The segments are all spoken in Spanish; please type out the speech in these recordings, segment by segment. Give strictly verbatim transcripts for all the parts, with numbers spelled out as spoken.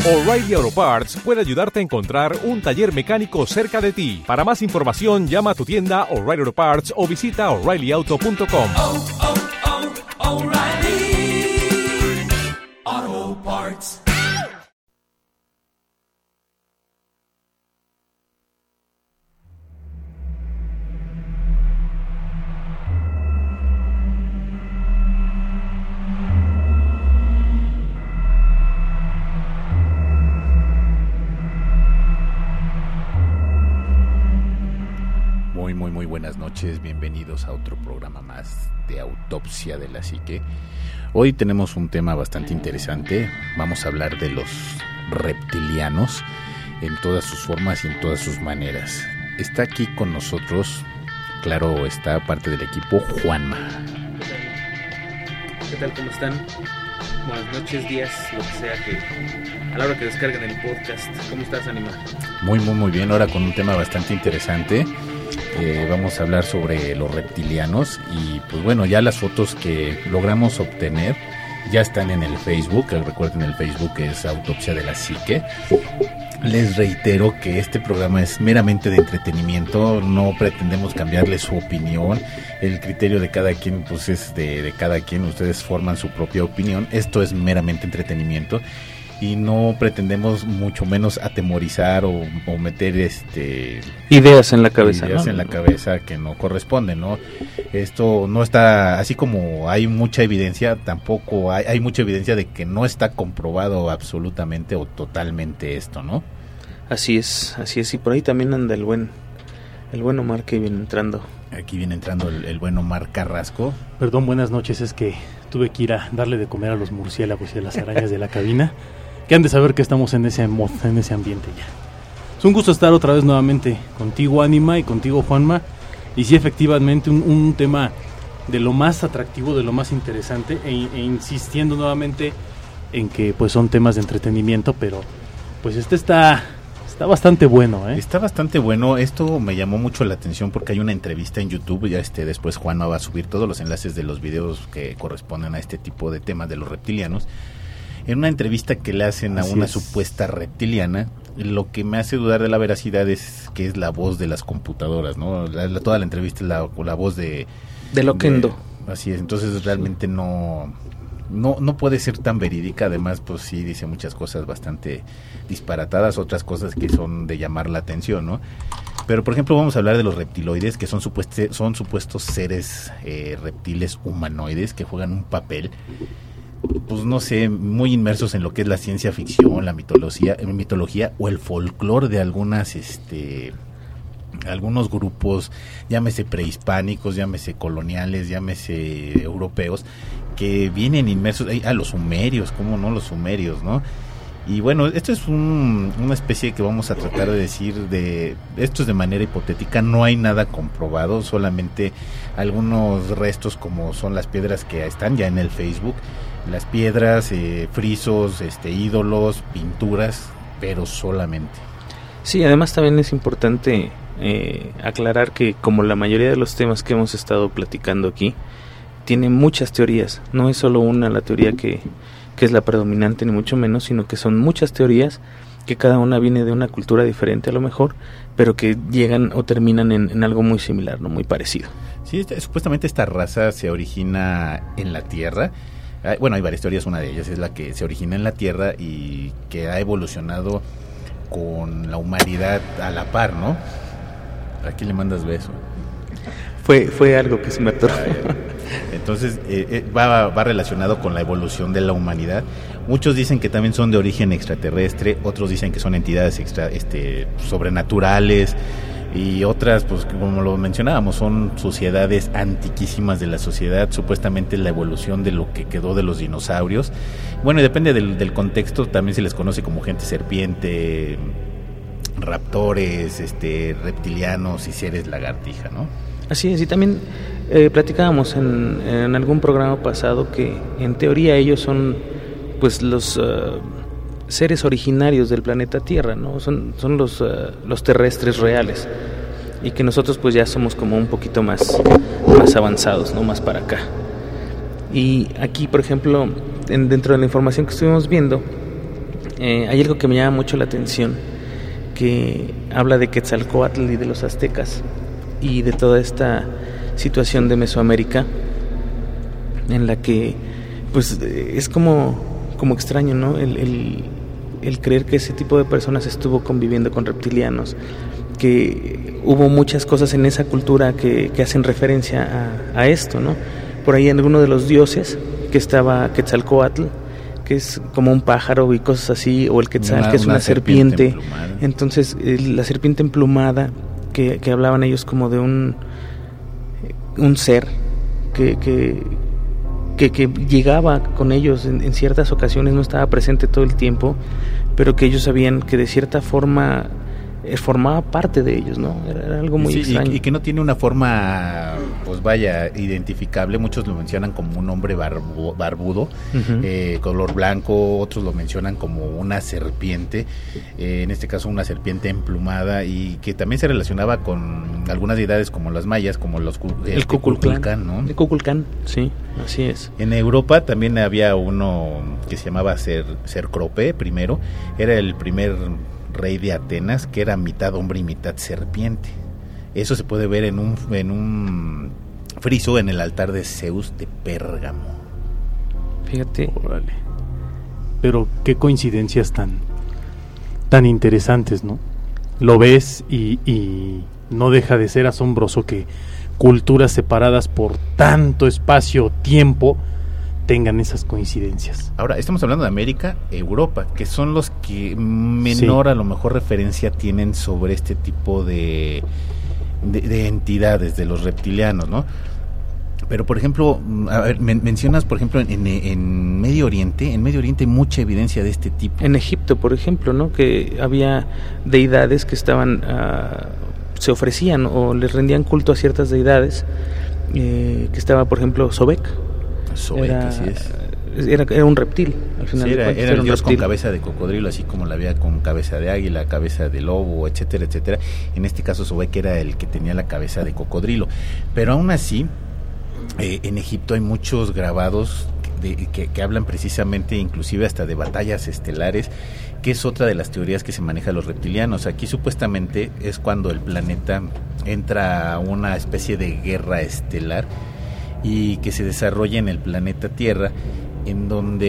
O'Reilly Auto Parts puede ayudarte a encontrar un taller mecánico cerca de ti. Para más información, llama a tu tienda O'Reilly Auto Parts o visita O'Reilly Auto punto com. Oh, oh, oh, O'Reilly Auto Parts. Muy, muy, muy buenas noches, bienvenidos a otro programa más de Autopsia de la Psique. Hoy tenemos un tema bastante interesante, vamos a hablar de los reptilianos en todas sus formas y en todas sus maneras. Está aquí con nosotros, claro, está parte del equipo, Juanma. ¿Qué tal? ¿Cómo están? Buenas noches, días, lo que sea que a la hora que descarguen el podcast. ¿Cómo estás, Anima? Muy, muy, muy bien, ahora con un tema bastante interesante. Eh, vamos a hablar sobre los reptilianos y pues bueno, ya las fotos que logramos obtener ya están en el Facebook. Recuerden, el Facebook es Autopsia de la Psique. Les reitero que este programa es meramente de entretenimiento, no pretendemos cambiarle su opinión. El criterio de cada quien pues es de, de cada quien, ustedes forman su propia opinión. Esto es meramente entretenimiento y no pretendemos mucho menos atemorizar o, o meter este ideas en la cabeza, ideas ¿no? en la cabeza que no corresponden, ¿no? Esto no está, así como hay mucha evidencia, tampoco hay, hay mucha evidencia de que no está comprobado absolutamente o totalmente esto, ¿no? Así es, así es, y por ahí también anda el buen, el buen Omar que viene entrando. Aquí viene entrando el, el buen Omar Carrasco. Perdón, buenas noches, es que tuve que ir a darle de comer a los murciélagos y a las arañas de la cabina, que han de saber que estamos en ese mod, en ese ambiente ya. Es un gusto estar otra vez nuevamente contigo, Anima, y contigo, Juanma, y sí, efectivamente, un, un tema de lo más atractivo, de lo más interesante, e, e insistiendo nuevamente en que pues son temas de entretenimiento, pero pues este está... Está bastante bueno, ¿eh? Está bastante bueno. Esto me llamó mucho la atención porque hay una entrevista en YouTube. Ya este después Juanma va a subir todos los enlaces de los videos que corresponden a este tipo de temas de los reptilianos. En una entrevista que le hacen Así a una es. supuesta reptiliana, lo que me hace dudar de la veracidad es que es la voz de las computadoras, ¿no? La, la, toda la entrevista es la, la voz de... De Loquendo. De, así es, entonces realmente no... No, no puede ser tan verídica, además pues sí dice muchas cosas bastante disparatadas, otras cosas que son de llamar la atención, ¿no? Pero por ejemplo vamos a hablar de los reptiloides, que son, supueste, son supuestos seres eh, reptiles humanoides que juegan un papel, pues no sé, muy inmersos en lo que es la ciencia ficción, la mitología, mitología o el folclore de algunas, este... algunos grupos, llámese prehispánicos, llámese coloniales, llámese europeos, que vienen inmersos, a ah, los sumerios, ¿cómo no? Los sumerios, ¿no? Y bueno, esto es un, una especie que vamos a tratar de decir, de esto es de manera hipotética, no hay nada comprobado, solamente algunos restos como son las piedras que están ya en el Facebook, las piedras, eh, frisos, este, ídolos, pinturas, pero solamente. Sí, además también es importante eh, aclarar que como la mayoría de los temas que hemos estado platicando aquí, tiene muchas teorías, no es solo una la teoría que, que es la predominante ni mucho menos, sino que son muchas teorías que cada una viene de una cultura diferente a lo mejor, pero que llegan o terminan en, en algo muy similar, no muy parecido. Sí, esta, supuestamente esta raza se origina en la Tierra. Bueno, hay varias teorías, una de ellas es la que se origina en la Tierra y que ha evolucionado con la humanidad a la par, ¿no? ¿A quién le mandas beso? Fue fue algo que se me atoró. Entonces eh, eh, va, va relacionado con la evolución de la humanidad. Muchos dicen que también son de origen extraterrestre, otros dicen que son entidades extra, este, sobrenaturales, y otras, pues como lo mencionábamos, son sociedades antiquísimas de la sociedad, supuestamente la evolución de lo que quedó de los dinosaurios. Bueno, y depende del, del contexto, también se les conoce como gente serpiente, raptores, este, reptilianos y seres lagartija, ¿no? Así es, y también eh, platicábamos en, en algún programa pasado que en teoría ellos son pues los uh, seres originarios del planeta Tierra, ¿no? Son, son los, uh, los terrestres reales, y que nosotros pues ya somos como un poquito más, más avanzados, ¿no? Más para acá. Y aquí, por ejemplo, en, dentro de la información que estuvimos viendo, eh, hay algo que me llama mucho la atención, que habla de Quetzalcóatl y de los aztecas y de toda esta situación de Mesoamérica, en la que pues es como, como extraño, ¿no? El, el, el creer que ese tipo de personas estuvo conviviendo con reptilianos, que hubo muchas cosas en esa cultura que, que hacen referencia a, a esto, ¿no? Por ahí en alguno de los dioses que estaba Quetzalcóatl, que es como un pájaro y cosas así, o el Quetzal, una, que es una, una serpiente, serpiente entonces eh, la serpiente emplumada, que, que hablaban ellos como de un un ser que, que, que, que llegaba con ellos en, en ciertas ocasiones, no estaba presente todo el tiempo, pero que ellos sabían que de cierta forma eh, formaba parte de ellos, ¿no? Era, era algo muy sí, extraño. Y, y que no tiene una forma, pues vaya, identificable. Muchos lo mencionan como un hombre barbu, barbudo, uh-huh. eh, color blanco, otros lo mencionan como una serpiente, eh, en este caso una serpiente emplumada, y que también se relacionaba con algunas deidades como las mayas, como los el, el Kukulcán, ¿no? El Kukulcán, sí, así es. En Europa también había uno que se llamaba Cer, Cercrope primero, era el primer rey de Atenas, que era mitad hombre y mitad serpiente. Eso se puede ver en un en un friso en el altar de Zeus de Pérgamo. Fíjate. Órale. Pero qué coincidencias tan tan interesantes, ¿no? Lo ves y, y no deja de ser asombroso que culturas separadas por tanto espacio-tiempo tengan esas coincidencias. Ahora, estamos hablando de América, Europa, que son los que menor sí. a lo mejor referencia tienen sobre este tipo de, de, de entidades, de los reptilianos, ¿no? Pero, por ejemplo, a ver, men- mencionas, por ejemplo, en, en Medio Oriente, en Medio Oriente hay mucha evidencia de este tipo. En Egipto, por ejemplo, ¿no? Que había deidades que estaban, uh, se ofrecían o les rendían culto a ciertas deidades, eh, que estaba, por ejemplo, Sobek. Sobek, era, así es. Era, era un reptil, al final sí, era, de cuentas, era el era dios reptil. con cabeza de cocodrilo, así como la había con cabeza de águila, cabeza de lobo, etcétera, etcétera. En este caso Sobek era el que tenía la cabeza de cocodrilo. Pero aún así, eh, en Egipto hay muchos grabados de, que, que hablan precisamente, inclusive hasta de batallas estelares, que es otra de las teorías que se maneja a los reptilianos. Aquí supuestamente es cuando el planeta entra a una especie de guerra estelar y que se desarrolla en el planeta Tierra, en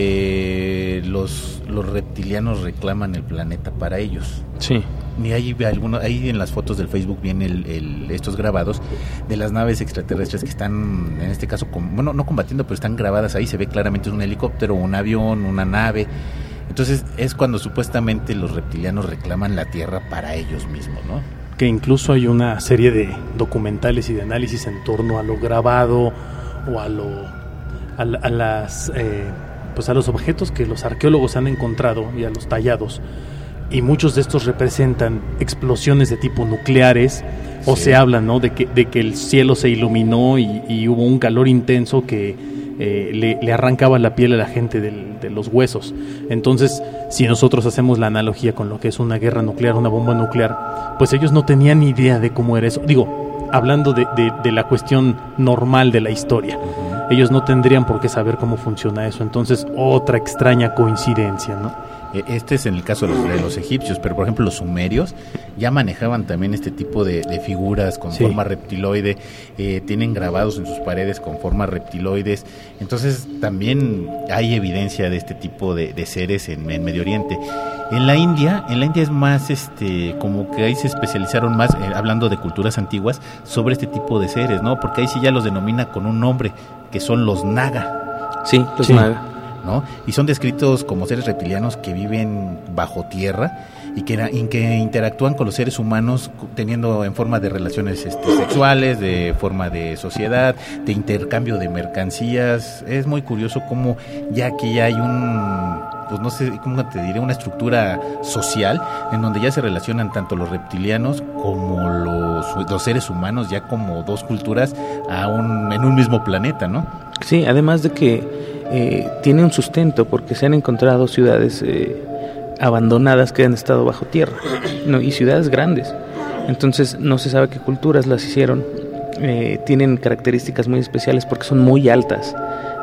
donde los los reptilianos reclaman el planeta para ellos. Sí. Y ahí alguno, ahí en las fotos del Facebook vienen el, el, estos grabados de las naves extraterrestres que están, en este caso, con, bueno, no combatiendo, pero están grabadas ahí. Se ve claramente un helicóptero, un avión, una nave. Entonces es cuando supuestamente los reptilianos reclaman la Tierra para ellos mismos, ¿no? Que incluso hay una serie de documentales y de análisis en torno a lo grabado o a lo a, a las eh, pues a los objetos que los arqueólogos han encontrado y a los tallados, y muchos de estos representan explosiones de tipo nucleares, sí. O se habla, ¿no? de que de que el cielo se iluminó y, y hubo un calor intenso que eh, le, le arrancaba la piel a la gente del, de los huesos. Entonces, si nosotros hacemos la analogía con lo que es una guerra nuclear, una bomba nuclear, pues ellos no tenían ni idea de cómo era eso. Digo, hablando de, de, de la cuestión normal de la historia, uh-huh. Ellos no tendrían por qué saber cómo funciona eso. Entonces, otra extraña coincidencia, ¿no? Este es en el caso de los, de los egipcios, pero por ejemplo los sumerios ya manejaban también este tipo de, de figuras con sí. forma reptiloide, eh, tienen grabados en sus paredes con formas reptiloides. Entonces también hay evidencia de este tipo de, de seres en, en Medio Oriente. En la India, en la India es más, este, como que ahí se especializaron más, eh, hablando de culturas antiguas, sobre este tipo de seres, ¿no? Porque ahí sí ya los denomina con un nombre, que son los Naga. Sí, los sí. Naga. ¿No? Y son descritos como seres reptilianos que viven bajo tierra y que, y que interactúan con los seres humanos teniendo en forma de relaciones este, sexuales, de forma de sociedad, de intercambio de mercancías. Es muy curioso cómo ya aquí hay un, pues no sé cómo te diré, una estructura social en donde ya se relacionan tanto los reptilianos como los, los seres humanos, ya como dos culturas a un, en un mismo planeta, ¿no? Sí, además de que Eh, tiene un sustento, porque se han encontrado ciudades eh, abandonadas que han estado bajo tierra, ¿no? Y ciudades grandes. Entonces no se sabe qué culturas las hicieron. Eh, tienen características muy especiales porque son muy altas.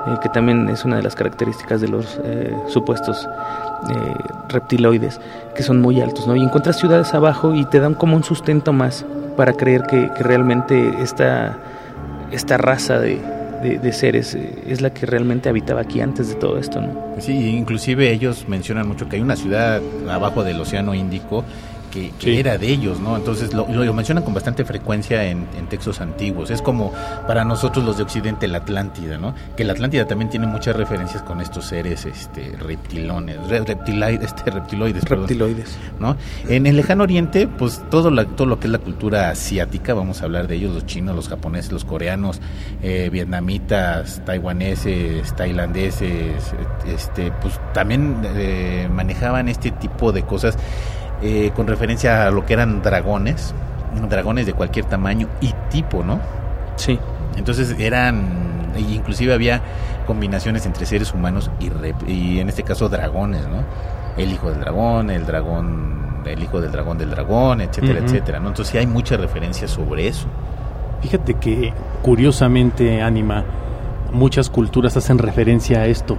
eh, que también es una de las características de los eh, supuestos eh, reptiloides, que son muy altos, ¿no? Y encuentras ciudades abajo y te dan como un sustento más para creer que, que realmente esta, esta raza de, de, de seres eh, es la que realmente habitaba aquí antes de todo esto, ¿no? Sí, inclusive ellos mencionan mucho que hay una ciudad abajo del Océano Índico que, que Sí. era de ellos, ¿no? Entonces lo, lo mencionan con bastante frecuencia en, en textos antiguos. Es como para nosotros los de Occidente la Atlántida, ¿no? Que la Atlántida también tiene muchas referencias con estos seres este, reptilones, re- reptiloides, este, reptiloides, perdón, Reptiloides. ¿no? En el lejano oriente, pues todo, la, todo lo que es la cultura asiática, vamos a hablar de ellos, los chinos, los japoneses, los coreanos, eh, vietnamitas, taiwaneses, tailandeses, este, pues también eh, manejaban este tipo de cosas eh, con referencia a lo que eran dragones, dragones de cualquier tamaño y tipo, ¿no? Sí. Entonces eran, inclusive había combinaciones entre seres humanos y, rep- y en este caso dragones, ¿no? El hijo del dragón, el dragón, el hijo del dragón del dragón, etcétera, Ujú. etcétera, ¿no? Entonces sí hay muchas referencias sobre eso. Fíjate que, curiosamente, Anima, muchas culturas hacen referencia a esto.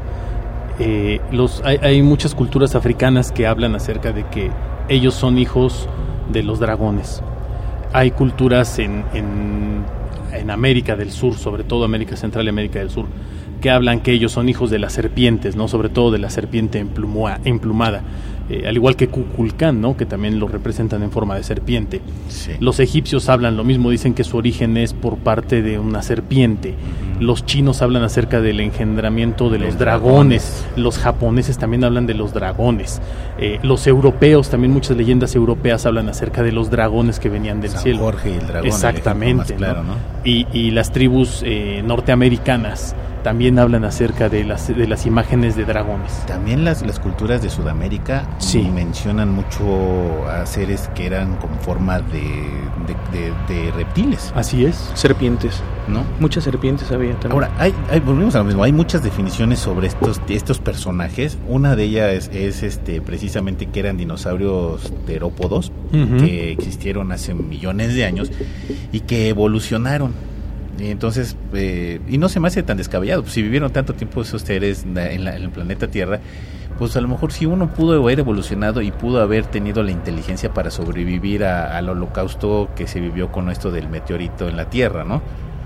Eh, los, hay, hay muchas culturas africanas que hablan acerca de que ellos son hijos de los dragones. Hay culturas en, en, en América del Sur, sobre todo América Central y América del Sur, que hablan que ellos son hijos de las serpientes, ¿no? Sobre todo de la serpiente emplumua- emplumada. Eh, al igual que Kukulcán, ¿no? Que también lo representan en forma de serpiente. Sí. Los egipcios hablan lo mismo, dicen que su origen es por parte de una serpiente. Los chinos hablan acerca del engendramiento de De los dragones. Los japoneses también hablan de los dragones. Eh, los europeos, también muchas leyendas europeas hablan acerca de los dragones que venían del San cielo. Jorge y el dragón, Exactamente. el ejemplo más claro, ¿no? ¿no? Y, y las tribus eh, norteamericanas también hablan acerca de las, de las imágenes de dragones. También las, las culturas de Sudamérica Sí. mencionan mucho a seres que eran con forma de, de, de- de reptiles, Así es. Serpientes. ¿no? Muchas serpientes había también. Ahora, hay, hay, volvemos a lo mismo, hay muchas definiciones sobre estos, estos personajes. Una de ellas es, es este precisamente que eran dinosaurios terópodos, Ujú. que existieron hace millones de años y que evolucionaron. Y entonces, eh, y no se me hace tan descabellado, pues si vivieron tanto tiempo esos seres en, la- en la- en el planeta Tierra, pues a lo mejor si uno pudo haber evolucionado y pudo haber tenido la inteligencia para sobrevivir a- al holocausto que se vivió con esto del meteorito en la Tierra, ¿no?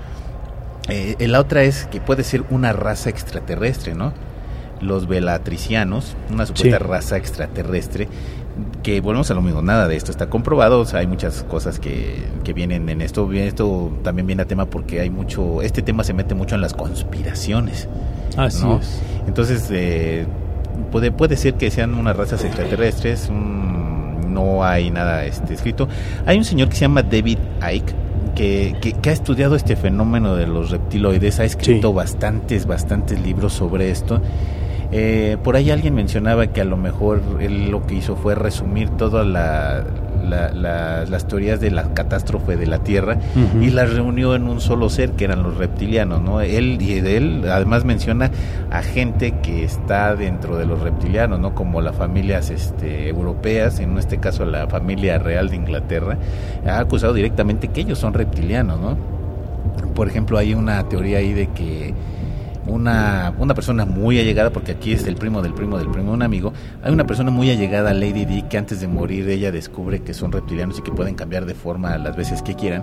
Eh, la otra es que puede ser una raza extraterrestre, ¿no? Los velatricianos, una supuesta Sí. raza extraterrestre, que volvemos a lo mismo, nada de esto está comprobado, o sea, hay muchas cosas que, que vienen en esto, esto también viene a tema porque hay mucho, este tema se mete mucho en las conspiraciones, Así ¿no? es. Entonces, eh, puede, puede ser que sean unas razas extraterrestres, un- no hay nada este, escrito. Hay un señor que se llama David Icke, que, que, que ha estudiado este fenómeno de los reptiloides, ha escrito Sí. bastantes, bastantes libros sobre esto. Eh, por ahí alguien mencionaba que a lo mejor él lo que hizo fue resumir todas la, la- la- las teorías de la catástrofe de la Tierra Ujú. y las reunió en un solo ser que eran los reptilianos, ¿no? Él y de él además menciona a gente que está dentro de los reptilianos, ¿no? Como las familias este, europeas, en este caso la familia real de Inglaterra, ha acusado directamente que ellos son reptilianos, ¿no? Por ejemplo, hay una teoría ahí de que una, una persona muy allegada, porque aquí es el primo del primo del primo, un amigo, hay una persona muy allegada a Lady Di que antes de morir ella descubre que son reptilianos y que pueden cambiar de forma las veces que quieran,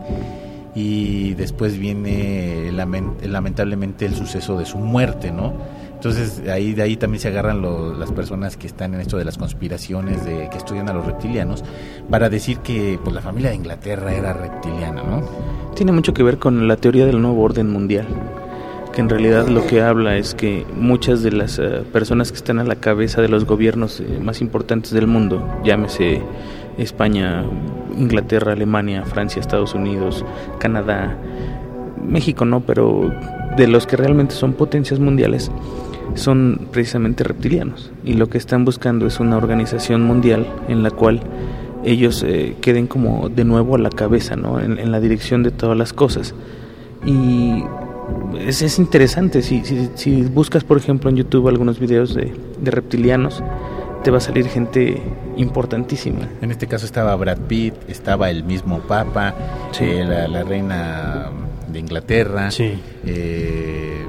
y después viene lamen- lamentablemente el suceso de su muerte, ¿no? Entonces ahí de ahí también se agarran lo- las personas que están en esto de las conspiraciones, de que estudian a los reptilianos, para decir que pues la familia de Inglaterra era reptiliana, ¿no? Tiene mucho que ver con la teoría del nuevo orden mundial, que en realidad lo que habla es que muchas de las eh, personas que están a la cabeza de los gobiernos eh, más importantes del mundo, llámese España, Inglaterra, Alemania, Francia, Estados Unidos, Canadá, México no, pero de los que realmente son potencias mundiales, son precisamente reptilianos, y lo que están buscando es una organización mundial en la cual ellos eh, queden como de nuevo a la cabeza, ¿no? En, en la dirección de todas las cosas. Y es, es interesante, si, si, si buscas por ejemplo en YouTube algunos videos de, de reptilianos, te va a salir gente importantísima. En este caso estaba Brad Pitt, estaba el mismo Papa, Sí. eh, la, la reina de Inglaterra, Sí. eh,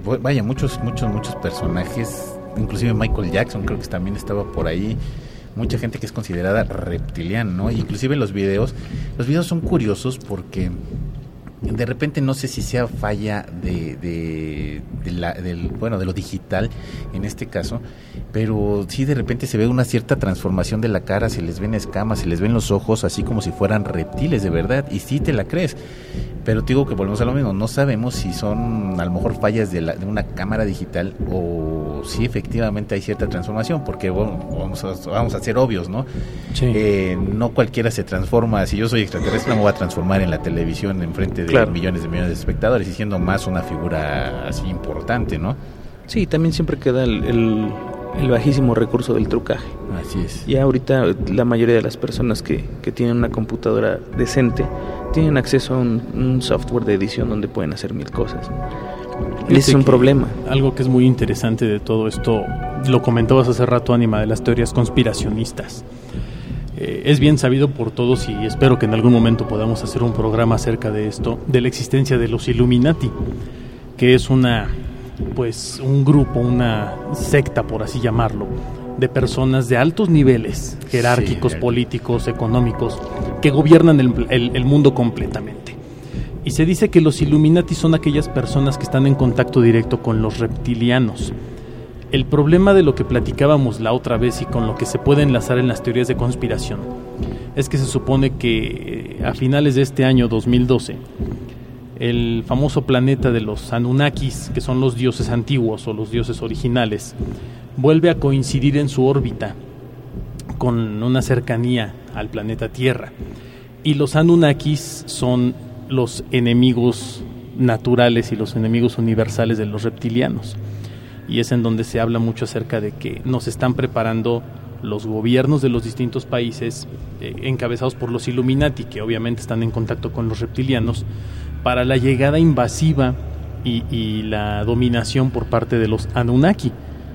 vaya, muchos, muchos, muchos personajes, inclusive Michael Jackson creo que también estaba por ahí, mucha gente que es considerada reptiliana, ¿no? Inclusive los videos, los videos son curiosos porque de repente no sé si sea falla de, de, de la, del, bueno, de lo digital en este caso, pero sí de repente se ve una cierta transformación de la cara, se les ven escamas, se les ven los ojos así como si fueran reptiles de verdad, y sí te la crees, pero te digo que volvemos a lo mismo, no sabemos si son a lo mejor fallas de, la, de una cámara digital o si efectivamente hay cierta transformación, porque bueno, vamos a, vamos a ser obvios, ¿no? Sí. Eh, no cualquiera se transforma, si yo soy extraterrestre no me voy a transformar en la televisión en frente de claro. millones de millones de espectadores y siendo más una figura así importante, ¿no? Sí, también siempre queda el, el, el bajísimo recurso del trucaje. Así es. Ya ahorita la mayoría de las personas que, que tienen una computadora decente tienen acceso a un, un software de edición donde pueden hacer mil cosas. Ese es un problema. Algo que es muy interesante de todo esto, lo comentabas hace rato, Ánima, de las teorías conspiracionistas. Eh, es bien sabido por todos y espero que en algún momento podamos hacer un programa acerca de esto, de la existencia de los Illuminati, que es una, pues, un grupo, una secta, por así llamarlo, de personas de altos niveles jerárquicos, sí, políticos, económicos, que gobiernan el, el, el mundo completamente. Y se dice que los Illuminati son aquellas personas que están en contacto directo con los reptilianos. El problema de lo que platicábamos la otra vez y con lo que se puede enlazar en las teorías de conspiración es que se supone que a finales de este año dos mil doce el famoso planeta de los Anunnakis, que son los dioses antiguos o los dioses originales, vuelve a coincidir en su órbita con una cercanía al planeta Tierra. Y los Anunnakis son los enemigos naturales y los enemigos universales de los reptilianos. Y es en donde se habla mucho acerca de que nos están preparando los gobiernos de los distintos países, eh, encabezados por los Illuminati, que obviamente están en contacto con los reptilianos, para la llegada invasiva y, y la dominación por parte de los Anunnaki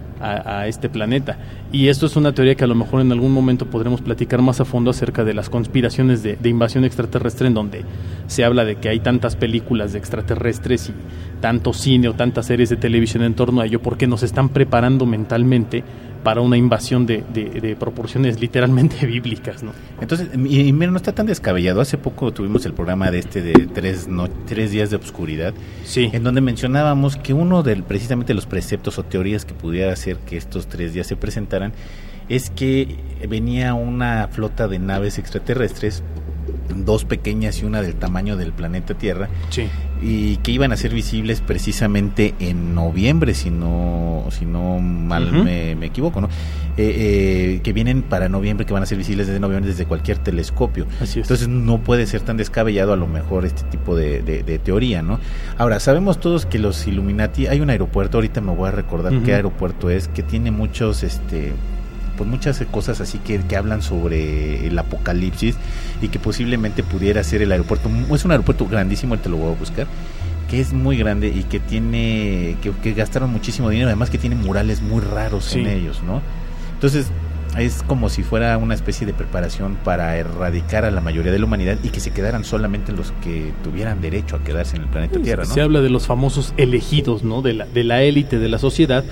a, a este planeta. Y esto es una teoría que a lo mejor en algún momento podremos platicar más a fondo acerca de las conspiraciones de, de invasión extraterrestre, en donde se habla de que hay tantas películas de extraterrestres y tanto cine o tantas series de televisión en torno a ello, porque nos están preparando mentalmente para una invasión de, de, de proporciones literalmente bíblicas, ¿no? Entonces, y, y mira, no está tan descabellado. Hace poco tuvimos el programa de este de tres, no, tres días de oscuridad, sí, en donde mencionábamos que uno de precisamente los preceptos o teorías que pudiera hacer que estos tres días se presentaran es que venía una flota de naves extraterrestres, dos pequeñas y una del tamaño del planeta Tierra, sí, y que iban a ser visibles precisamente en noviembre, si no si no mal uh-huh. me, me equivoco, ¿no? Eh, eh, que vienen para noviembre, que van a ser visibles desde noviembre desde cualquier telescopio. Así es. Entonces no puede ser tan descabellado a lo mejor este tipo de, de, de teoría, ¿no? Ahora, sabemos todos que los Illuminati, hay un aeropuerto, ahorita me voy a recordar uh-huh. qué aeropuerto es, que tiene muchos este pues muchas cosas así que, que hablan sobre el apocalipsis y que posiblemente pudiera ser el aeropuerto. Es un aeropuerto grandísimo, te lo voy a buscar, que es muy grande y que tiene que, que gastaron muchísimo dinero, además que tiene murales muy raros sí. en ellos, ¿no? Entonces es como si fuera una especie de preparación para erradicar a la mayoría de la humanidad y que se quedaran solamente los que tuvieran derecho a quedarse en el planeta sí, Tierra, ¿no? Se habla de los famosos elegidos, ¿no? De la, de la élite de la sociedad,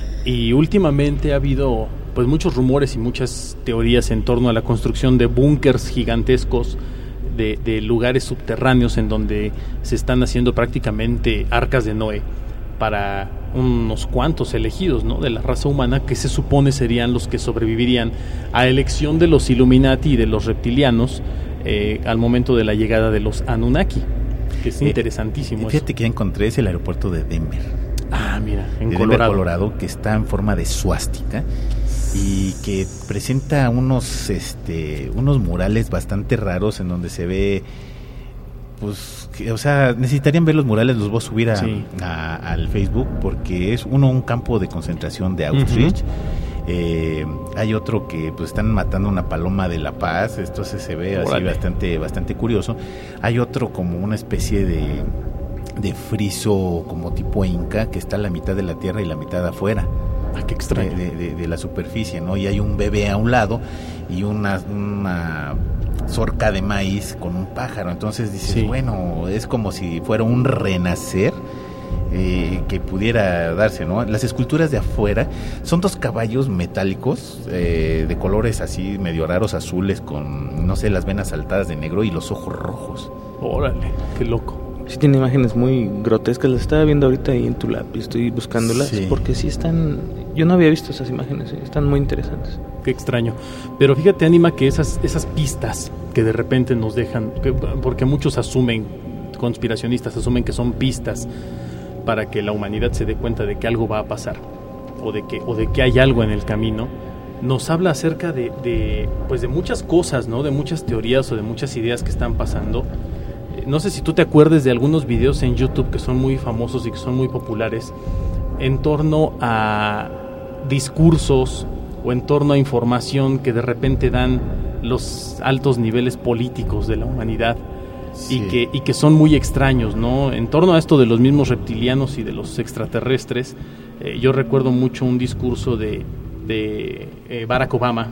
y últimamente ha habido pues muchos rumores y muchas teorías en torno a la construcción de búnkers gigantescos, de, de lugares subterráneos en donde se están haciendo prácticamente arcas de Noé para unos cuantos elegidos, ¿no? De la raza humana, que se supone serían los que sobrevivirían a elección de los Illuminati y de los reptilianos eh, al momento de la llegada de los Anunnaki, que es eh, interesantísimo. Fíjate eso. que ya encontré, es el aeropuerto de Denver. Ah, mira, en de Colorado. Denver, Colorado, que está en forma de suástica y que presenta unos este unos murales bastante raros en donde se ve, pues, que, o sea, necesitarían ver los murales, los voy a subir a, sí. a, al Facebook, porque es uno un campo de concentración de Auschwitz. Uh-huh. Eh, hay otro que pues están matando una paloma de la paz, esto se, se ve así Órale. bastante bastante curioso. Hay otro como una especie de de friso como tipo inca que está a la mitad de la tierra y la mitad afuera. Ah, qué extraño. De, de, de la superficie, ¿no? Y hay un bebé a un lado y una, una zorca de maíz con un pájaro. Entonces dices, sí. bueno, es como si fuera un renacer eh, que pudiera darse, ¿no? Las esculturas de afuera son dos caballos metálicos eh, de colores así medio raros, azules, con, no sé, las venas saltadas de negro y los ojos rojos. Órale, qué loco. Sí tiene imágenes muy grotescas, las estaba viendo ahorita ahí en tu lab y estoy buscándolas, Sí. porque sí están, yo no había visto esas imágenes, ¿eh? Están muy interesantes. Qué extraño. Pero fíjate, Anima, que esas, esas pistas que de repente nos dejan, que, porque muchos asumen, conspiracionistas asumen que son pistas para que la humanidad se dé cuenta de que algo va a pasar, o de que, o de que hay algo en el camino, nos habla acerca de, de, pues de muchas cosas, ¿no? De muchas teorías o de muchas ideas que están pasando. No sé si tú te acuerdes de algunos videos en YouTube que son muy famosos y que son muy populares en torno a discursos o en torno a información que de repente dan los altos niveles políticos de la humanidad, Sí. y que y que son muy extraños, ¿no? En torno a esto de los mismos reptilianos y de los extraterrestres, eh, yo recuerdo mucho un discurso de, de eh, Barack Obama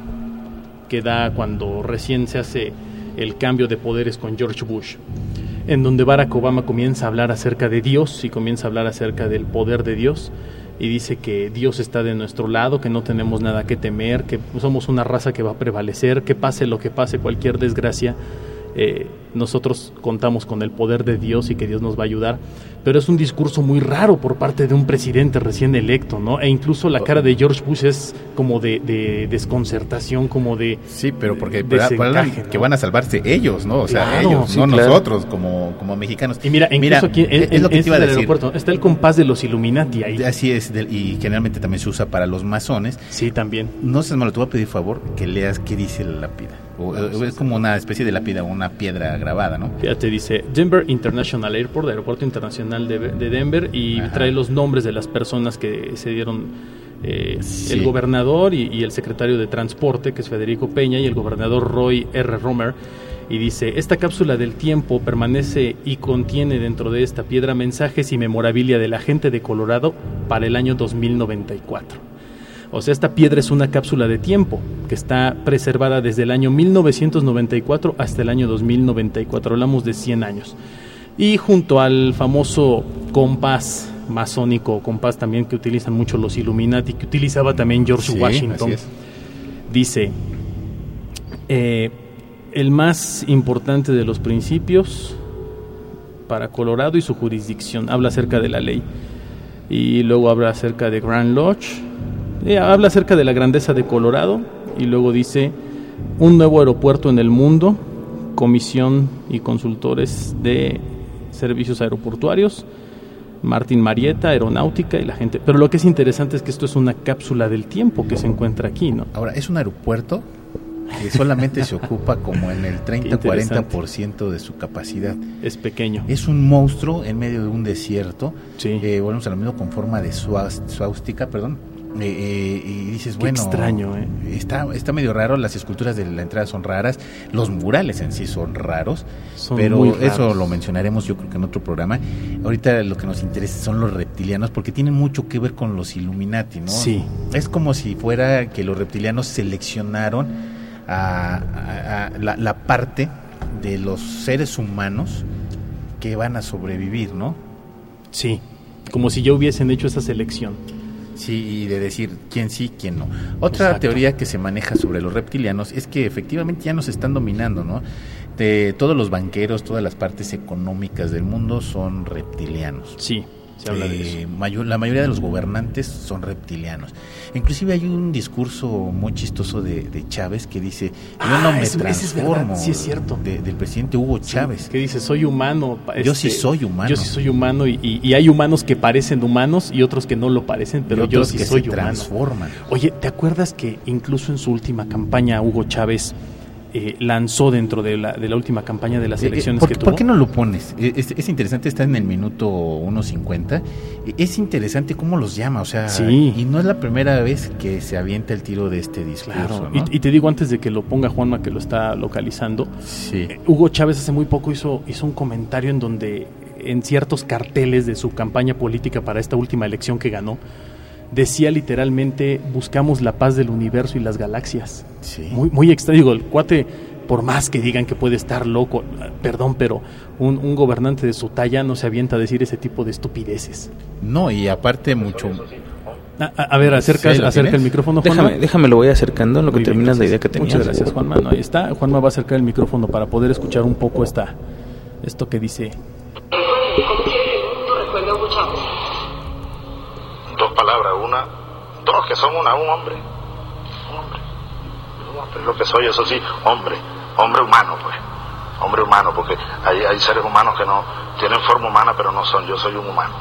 que da cuando recién se hace el cambio de poderes con George Bush, en donde Barack Obama comienza a hablar acerca de Dios y comienza a hablar acerca del poder de Dios, y dice que Dios está de nuestro lado, que no tenemos nada que temer, que somos una raza que va a prevalecer, que pase lo que pase, cualquier desgracia, eh, nosotros contamos con el poder de Dios y que Dios nos va a ayudar. Pero es un discurso muy raro por parte de un presidente recién electo, ¿no? E incluso la cara de George Bush es como de, de desconcertación, como de Sí, pero porque de para- para- desencaje, ¿no? que van a salvarse ellos, ¿no? O sea, Claro, ellos, sí, no claro. nosotros como, como mexicanos. Y mira, incluso aquí en, es lo que en te iba a este decir. aeropuerto está el compás de los Illuminati ahí. Así es, del- y generalmente también se usa para los masones. Sí, también. No sé, me lo te voy a pedir favor que leas qué dice la lápida. O, o es como una especie de lápida, una piedra grabada, ¿no? Fíjate, dice Denver International Airport, Aeropuerto Internacional de, de Denver, y Ajá. trae los nombres de las personas que se dieron, eh, Sí. el gobernador y, y el secretario de Transporte, que es Federico Peña, y el gobernador Roy R. Romer, y dice: esta cápsula del tiempo permanece y contiene dentro de esta piedra mensajes y memorabilia de la gente de Colorado para el año dos mil noventa y cuatro. O sea, esta piedra es una cápsula de tiempo que está preservada desde el año mil novecientos noventa y cuatro hasta el año dos mil noventa y cuatro. Hablamos de cien años. Y junto al famoso compás masónico, compás también que utilizan mucho los Illuminati, que utilizaba también George Sí, Washington, así es. dice: eh, el más importante de los principios para Colorado y su jurisdicción. Habla acerca de la ley. Y luego habla acerca de Grand Lodge. Eh, habla acerca de la grandeza de Colorado. Y luego dice: un nuevo aeropuerto en el mundo, comisión y consultores de servicios aeroportuarios, Martín Marietta, aeronáutica y la gente. Pero lo que es interesante es que esto es una cápsula del tiempo que se encuentra aquí, ¿no? Ahora, es un aeropuerto que solamente se ocupa como en el treinta a cuarenta por ciento de su capacidad. Es pequeño. Es un monstruo en medio de un desierto. Sí. Eh, volvemos a lo mismo, con forma de suas- suástica, perdón. Eh, eh, y dices, Qué bueno, extraño, ¿eh? está, está medio raro, las esculturas de la entrada son raras, los murales en sí son raros, Son pero muy raros. eso lo mencionaremos yo creo que en otro programa. Ahorita lo que nos interesa son los reptilianos, porque tienen mucho que ver con los Illuminati, ¿no? Sí. Es como si fuera que los reptilianos seleccionaron a, a- a la, la parte de los seres humanos que van a sobrevivir, ¿no? Sí. Como si ya hubiesen hecho esa selección. Sí, y de decir quién sí, quién no. Otra Exacto. teoría que se maneja sobre los reptilianos es que efectivamente ya nos están dominando, ¿no? De todos los banqueros, todas las partes económicas del mundo son reptilianos. Sí, se habla de Eh, eso. mayor- la mayoría de los gobernantes son reptilianos. Inclusive hay un discurso muy chistoso de, de Chávez que dice: yo Ah, no me eso- ese es verdad, transformo. sí es cierto. de- del presidente Hugo Chávez. Que dice: soy humano. pa- Yo sí soy humano. Yo sí soy humano y, y- y hay humanos que parecen humanos y otros que no lo parecen, pero y yo otros sí que soy se humano. transforman. Oye, ¿te acuerdas que incluso en su última campaña Hugo Chávez eh, lanzó dentro de la, de la última campaña de las Eh, eh, elecciones ¿por, que por tuvo? qué no lo pones? Eh, Es, es interesante, está en el minuto uno cincuenta. Eh, Es interesante cómo los llama, o sea, Sí. y no es la primera vez que se avienta el tiro de este discurso, Claro, ¿no? y, y te digo antes de que lo ponga Juanma, que lo está localizando, Sí. eh, Hugo Chávez hace muy poco hizo, hizo un comentario en donde en ciertos carteles de su campaña política para esta última elección que ganó, decía literalmente: buscamos la paz del universo y las galaxias. Sí. Muy, muy extraño. Digo, el cuate por más que digan que puede estar loco, perdón, pero un, un gobernante de su talla no se avienta a decir ese tipo de estupideces. No, y aparte mucho... A, a, a ver, acerca, ¿Sí, lo acerca tienes? el micrófono, Juanma. Déjame, déjame lo voy acercando en lo que Muy bien, terminas la gracias. idea que tenías. Muchas gracias, Juanma. No, ahí está. Juanma va a acercar el micrófono para poder escuchar un poco esta, esto que dice. Recuerde, ¿cómo quiere que el mundo recuerde a Hugo Chávez? Dos palabras, una, dos que son una, un hombre, un hombre, un hombre, lo que soy, eso sí, hombre, hombre humano, pues, hombre humano, porque hay, hay seres humanos que no tienen forma humana, pero no son, yo soy un humano.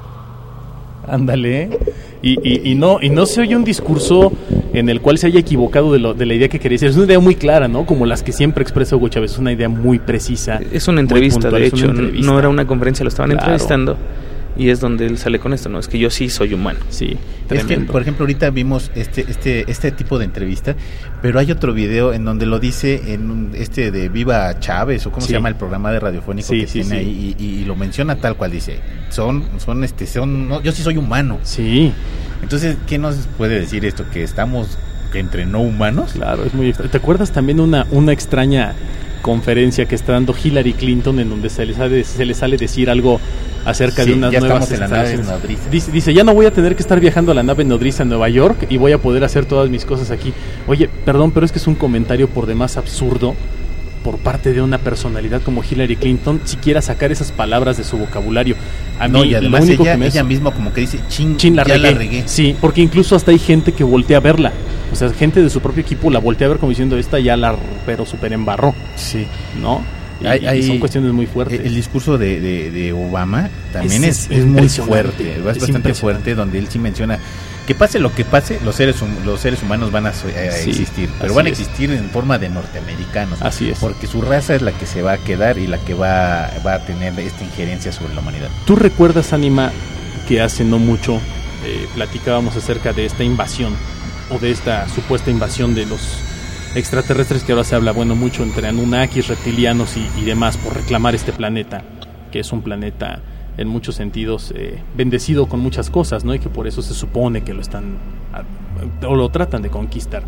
Ándale. Y, y, y no y no se oye un discurso en el cual se haya equivocado de, lo, de la idea que quería decir. Es una idea muy clara, ¿no? Como las que siempre expresa Hugo Chávez. Es una idea muy precisa. Es una entrevista, puntual, de es una hecho, entrevista. no era una conferencia, lo estaban Claro. entrevistando. Y es donde él sale con esto, ¿no? Es que yo sí soy humano. Sí, Es que, tremendo. por ejemplo, ahorita vimos este este este tipo de entrevista, pero hay otro video en donde lo dice en un, este de Viva Chávez, o cómo Sí. se llama el programa de radiofónico Sí, que sí, tiene sí. ahí, y, y lo menciona tal cual, dice, son, son este, son, no, yo sí soy humano. Sí, Entonces, ¿qué nos puede decir esto? ¿Que estamos entre no humanos? claro, es muy extra. ¿Te acuerdas también una, una extraña conferencia que está dando Hillary Clinton en donde se le sale, se le sale decir algo acerca Sí, de unas ya nuevas estamos en la nave instalaciones? nodriza. Dice, dice, ya no voy a tener que estar viajando a la nave nodriza en Nueva York y voy a poder hacer todas mis cosas aquí. Oye, perdón, pero es que es un comentario por demás absurdo por parte de una personalidad como Hillary Clinton, siquiera sacar esas palabras de su vocabulario. A mí, No, y además lo único ella, que me ella es- misma como que dice, chin, Chin, la ya regué. la regué. Sí, porque incluso hasta hay gente que voltea a verla. O sea, gente de su propio equipo la voltea a ver como diciendo, esta ya la, pero super embarró, Sí. ¿no? Y, Hay- y hay- son cuestiones muy fuertes. El, el discurso de, de, de Obama también Es- es, es es muy impresionante, fuerte, es es bastante impresionante. fuerte, donde él sí menciona que pase lo que pase, los seres hum- los seres humanos van a, su- a Sí, existir, pero así van a es. existir en forma de norteamericanos, Así es. porque su raza es la que se va a quedar y la que va, va a tener esta injerencia sobre la humanidad. ¿Tú recuerdas, Anima, que hace no mucho eh, platicábamos acerca de esta invasión o de esta supuesta invasión de los extraterrestres que ahora se habla, bueno, mucho entre Anunnakis, reptilianos y, y demás por reclamar este planeta, que es un planeta en muchos sentidos eh, bendecido con muchas cosas, ¿no? Y que por eso se supone que lo están a- o lo tratan de conquistar.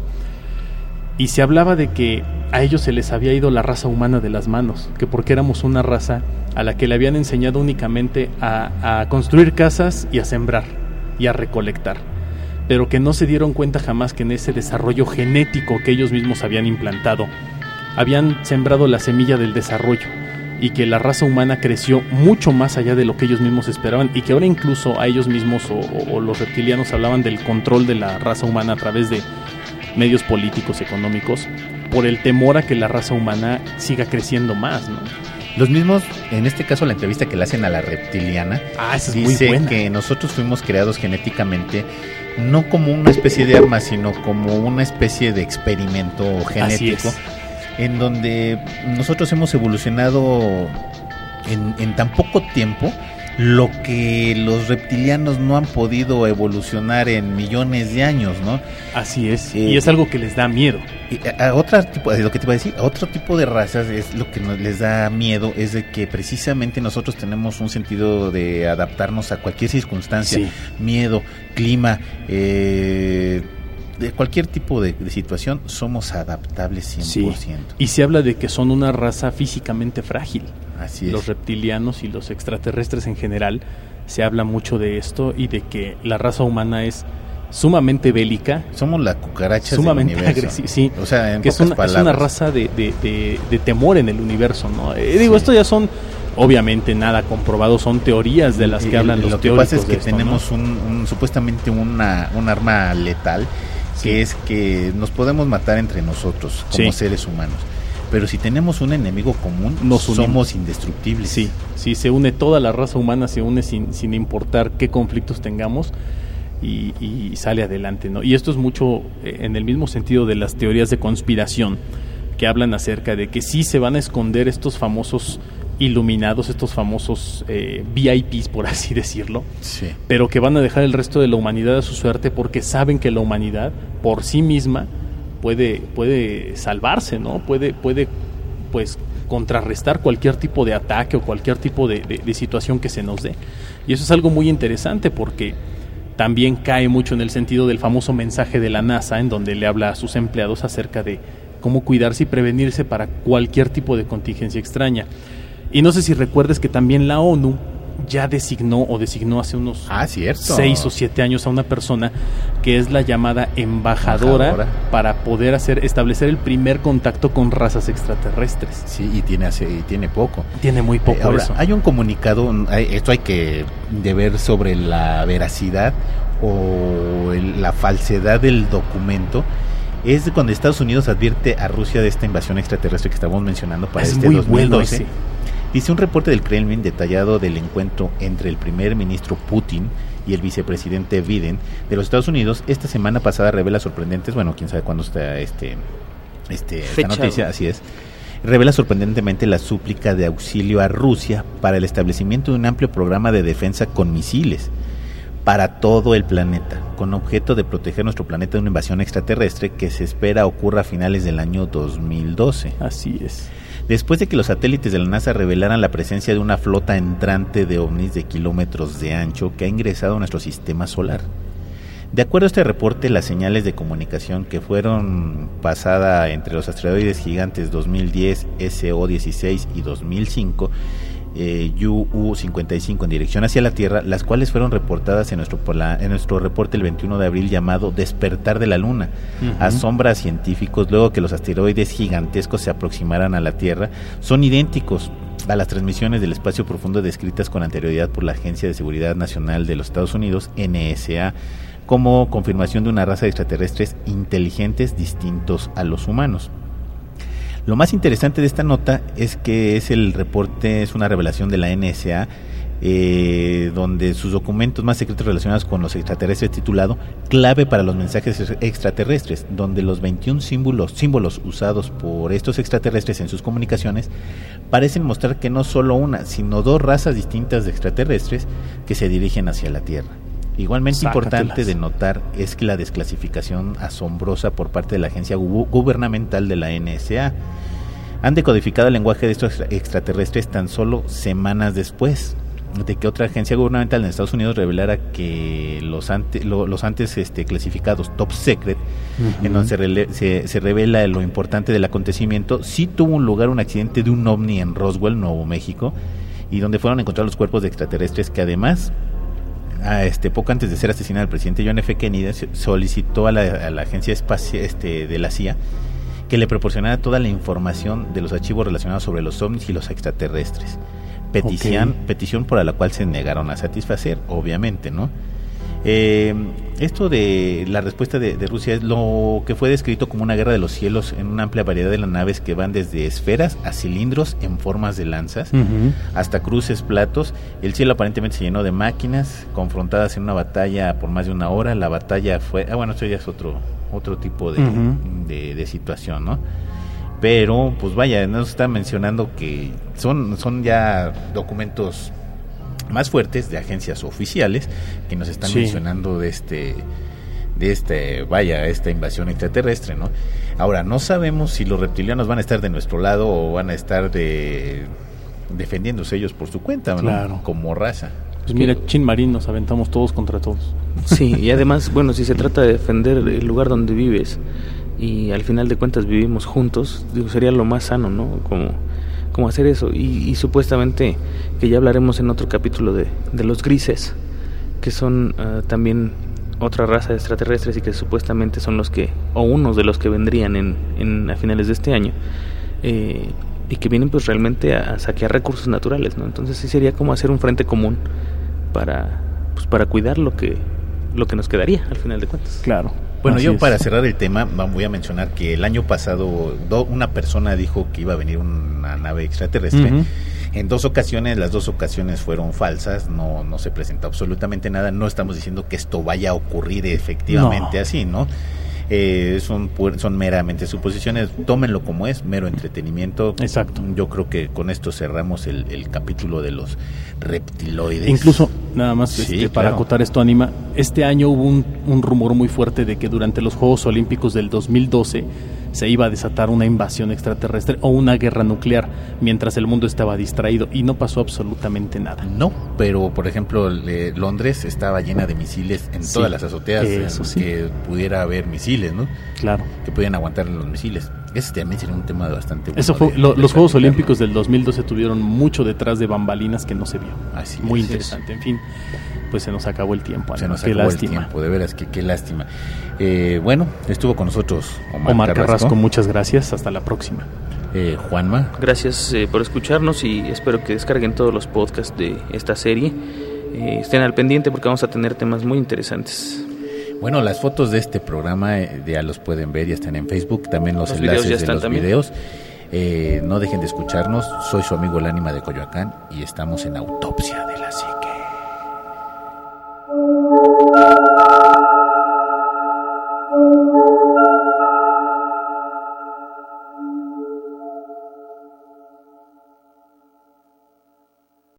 Y se hablaba de que a ellos se les había ido la raza humana de las manos, que porque éramos una raza a la que le habían enseñado únicamente a, a construir casas y a sembrar y a recolectar, pero que no se dieron cuenta jamás que en ese desarrollo genético que ellos mismos habían implantado, habían sembrado la semilla del desarrollo y que la raza humana creció mucho más allá de lo que ellos mismos esperaban y que ahora incluso a ellos mismos o, o- o los reptilianos hablaban del control de la raza humana a través de medios políticos, económicos, por el temor a que la raza humana siga creciendo más, ¿no? Los mismos, en este caso la entrevista que le hacen a la reptiliana, Ah, esa es muy dice buena. que nosotros fuimos creados genéticamente no como una especie de arma, sino como una especie de experimento Así genético, es. en donde nosotros hemos evolucionado en, en tan poco tiempo lo que los reptilianos no han podido evolucionar en millones de años, ¿no? Así es. Eh, y es algo que les da miedo. Y a, a otra tipo, lo que te iba a decir, a otro tipo de razas es lo que nos, les da miedo, es de que precisamente nosotros tenemos un sentido de adaptarnos a cualquier circunstancia, Sí. miedo, clima, eh, de cualquier tipo de, de situación, somos adaptables cien por ciento. Y se habla de que son una raza físicamente frágil. Así es. Los reptilianos y los extraterrestres en general, se habla mucho de esto y de que la raza humana es sumamente bélica, Somos la cucaracha sumamente del universo. agresiva, sí, O sea, en que es pocas una, es palabras. una raza de, de, de, de temor en el universo, ¿no? Eh, digo, Sí. esto ya son, obviamente, nada comprobado, son teorías de las que Y- hablan y los lo que teóricos pasa es que de esto, ¿no? tenemos un, un- supuestamente una, un arma letal, Sí. que es que nos podemos matar entre nosotros como Sí. seres humanos. Pero si tenemos un enemigo común, Nos unimos. somos indestructibles. Sí, sí, se une toda la raza humana, se une sin, sin importar qué conflictos tengamos y, y sale adelante, ¿no? Y esto es mucho eh, en el mismo sentido de las teorías de conspiración que hablan acerca de que sí se van a esconder estos famosos iluminados, estos famosos eh, V I Ps, por así decirlo, Sí. pero que van a dejar el resto de la humanidad a su suerte porque saben que la humanidad por sí misma puede, puede salvarse, ¿no? Puede, puede pues contrarrestar cualquier tipo de ataque o cualquier tipo de, de, de situación que se nos dé. Y eso es algo muy interesante porque también cae mucho en el sentido del famoso mensaje de la NASA en donde le habla a sus empleados acerca de cómo cuidarse y prevenirse para cualquier tipo de contingencia extraña. Y no sé si recuerdes que también la ONU ya designó o designó hace unos ah, cierto. seis o siete años a una persona que es la llamada embajadora, embajadora. para poder hacer establecer el primer contacto con razas extraterrestres. Sí, y tiene hace y tiene poco. Tiene muy poco eh, ahora, eso. Hay un comunicado, hay, esto hay que deber sobre la veracidad o el, la falsedad del documento. Es cuando Estados Unidos advierte a Rusia de esta invasión extraterrestre que estamos mencionando para es este muy dos mil doce. Bueno ese. Dice un reporte del Kremlin detallado del encuentro entre el primer ministro Putin y el vicepresidente Biden de los Estados Unidos. Esta semana pasada revela sorprendentes, bueno, quién sabe cuándo está este, este esta noticia, así es. Revela sorprendentemente la súplica de auxilio a Rusia para el establecimiento de un amplio programa de defensa con misiles para todo el planeta, con objeto de proteger nuestro planeta de una invasión extraterrestre que se espera ocurra a finales del año dos mil doce. Así es. Después de que los satélites de la NASA revelaran la presencia de una flota entrante de ovnis de kilómetros de ancho que ha ingresado a nuestro sistema solar. De acuerdo a este reporte, las señales de comunicación que fueron pasadas entre los asteroides gigantes dos mil diez, S O dieciséis y dos mil cinco, eh, U U cincuenta y cinco en dirección hacia la Tierra, las cuales fueron reportadas en nuestro, en nuestro reporte el veintiuno de abril llamado Despertar de la Luna, uh-huh. asombra a científicos luego que los asteroides gigantescos se aproximaran a la Tierra, son idénticos a las transmisiones del espacio profundo descritas con anterioridad por la Agencia de Seguridad Nacional de los Estados Unidos, N S A, como confirmación de una raza de extraterrestres inteligentes distintos a los humanos. Lo más interesante de esta nota es que es el reporte, es una revelación de la N S A, eh, donde sus documentos más secretos relacionados con los extraterrestres titulado Clave para los mensajes extraterrestres, donde los veintiún símbolos, símbolos usados por estos extraterrestres en sus comunicaciones parecen mostrar que no solo una, sino dos razas distintas de extraterrestres que se dirigen hacia la Tierra. Igualmente Sácatelas. Importante de notar es que la desclasificación asombrosa por parte de la agencia gu- gubernamental de la N S A han decodificado el lenguaje de estos extraterrestres tan solo semanas después de que otra agencia gubernamental en Estados Unidos revelara que los, ante, lo, los antes este, clasificados Top Secret, uh-huh. en donde se, rele- se, se revela lo importante del acontecimiento, sí tuvo un lugar un accidente de un ovni en Roswell, Nuevo México, y donde fueron encontrados los cuerpos de extraterrestres que además A este, poco antes de ser asesinado el presidente John F. Kennedy solicitó a la, a la agencia espacial este, de la C I A que le proporcionara toda la información de los archivos relacionados sobre los ovnis y los extraterrestres. Petición, okay. petición por la cual se negaron a satisfacer, obviamente, ¿no? Eh, esto de la respuesta de, de Rusia es lo que fue descrito como una guerra de los cielos en una amplia variedad de las naves que van desde esferas a cilindros en formas de lanzas, uh-huh. hasta cruces, platos. El cielo aparentemente se llenó de máquinas confrontadas en una batalla por más de una hora. La batalla fue, ah bueno, esto ya es otro otro tipo de, uh-huh. de, de situación, ¿no? Pero, pues vaya, nos está mencionando que son, son ya documentos más fuertes de agencias oficiales que nos están sí. mencionando de este de este vaya esta invasión extraterrestre, ¿no? Ahora no sabemos si los reptilianos van a estar de nuestro lado o van a estar de defendiéndose ellos por su cuenta, ¿no? Claro. Como raza. Pues mira, Chin Marín, nos aventamos todos contra todos. Sí, y además, bueno, si se trata de defender el lugar donde vives y al final de cuentas vivimos juntos, digo, sería lo más sano, ¿no? Como cómo hacer eso, y, y supuestamente, que ya hablaremos en otro capítulo de, de los grises, que son uh, también otra raza de extraterrestres y que supuestamente son los que, o unos de los que vendrían en, en a finales de este año, eh, y que vienen pues realmente a, a saquear recursos naturales, ¿no? Entonces sí sería como hacer un frente común para, pues, para cuidar lo que, lo que nos quedaría al final de cuentas. Claro. Bueno, Así yo es. Para cerrar el tema voy a mencionar que el año pasado do, una persona dijo que iba a venir una nave extraterrestre. Uh-huh. En dos ocasiones, las dos ocasiones fueron falsas, no no se presentó absolutamente nada. No estamos diciendo que esto vaya a ocurrir efectivamente no. así, ¿no? Eh, son son meramente suposiciones, tómenlo como es, mero entretenimiento. Exacto. Yo creo que con esto cerramos el, el capítulo de los reptiloides. Incluso, nada más sí, este, claro. para acotar esto, Anima, este año hubo un, un rumor muy fuerte de que durante los Juegos Olímpicos del dos mil doce se iba a desatar una invasión extraterrestre o una guerra nuclear mientras el mundo estaba distraído, y no pasó absolutamente nada. No, pero por ejemplo eh, Londres estaba llena de misiles en sí, todas las azoteas, eso en sí. que pudiera haber misiles, ¿no? Claro. Que pudieran aguantar los misiles. Ese también sería un tema bastante bueno. Eso fue, de, lo, de los Juegos platicarlo. Olímpicos del dos mil doce tuvieron mucho detrás de bambalinas que no se vio. Así Muy es. interesante. En fin, pues se nos acabó el tiempo. Se Ana, nos qué acabó lástima. el tiempo, de veras, que qué lástima. Eh, bueno, estuvo con nosotros Omar, Omar Carrasco, Carrasco, muchas gracias. Hasta la próxima. eh, Juanma. Gracias eh, por escucharnos y espero que descarguen todos los podcasts de esta serie. Eh, estén al pendiente porque vamos a tener temas muy interesantes. Bueno, las fotos de este programa eh, ya los pueden ver, ya están en Facebook, también los, Los videos enlaces ya de están los también. videos. Eh, no dejen de escucharnos, soy su amigo el Ánima de Coyoacán y estamos en Autopsia de la Psique.